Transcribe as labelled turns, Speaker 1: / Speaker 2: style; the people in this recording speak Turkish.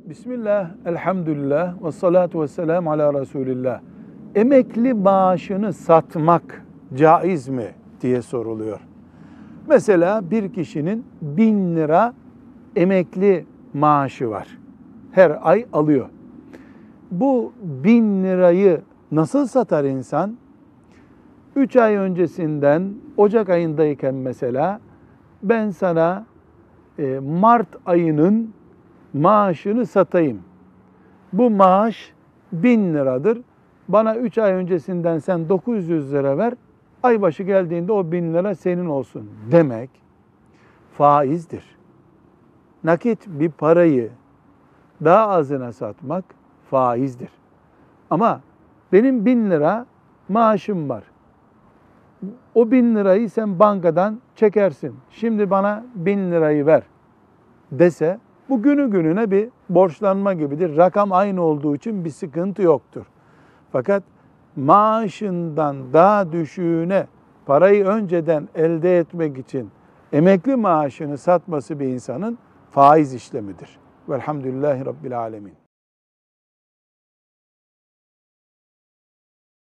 Speaker 1: Bismillah, elhamdülillah, ve salatu ve selamu ala Resulillah. Emekli maaşını satmak caiz mi diye soruluyor. Mesela bir kişinin 1000 lira emekli maaşı var. Her ay alıyor. Bu 1000 lirayı nasıl satar insan? 3 ay öncesinden, Ocak ayındayken mesela, ben sana Mart ayının maaşını satayım. Bu maaş 1000 liradır. Bana 3 ay öncesinden sen 900 lira ver. Aybaşı geldiğinde o 1000 lira senin olsun demek faizdir. Nakit bir parayı daha azına satmak faizdir. Ama benim 1000 lira maaşım var. O 1000 lirayı sen bankadan çekersin. Şimdi bana 1000 lirayı ver dese, bu günü gününe bir borçlanma gibidir. Rakam aynı olduğu için bir sıkıntı yoktur. Fakat maaşından daha düşüğüne parayı önceden elde etmek için emekli maaşını satması bir insanın faiz işlemidir. Velhamdülillahi Rabbil Alemin.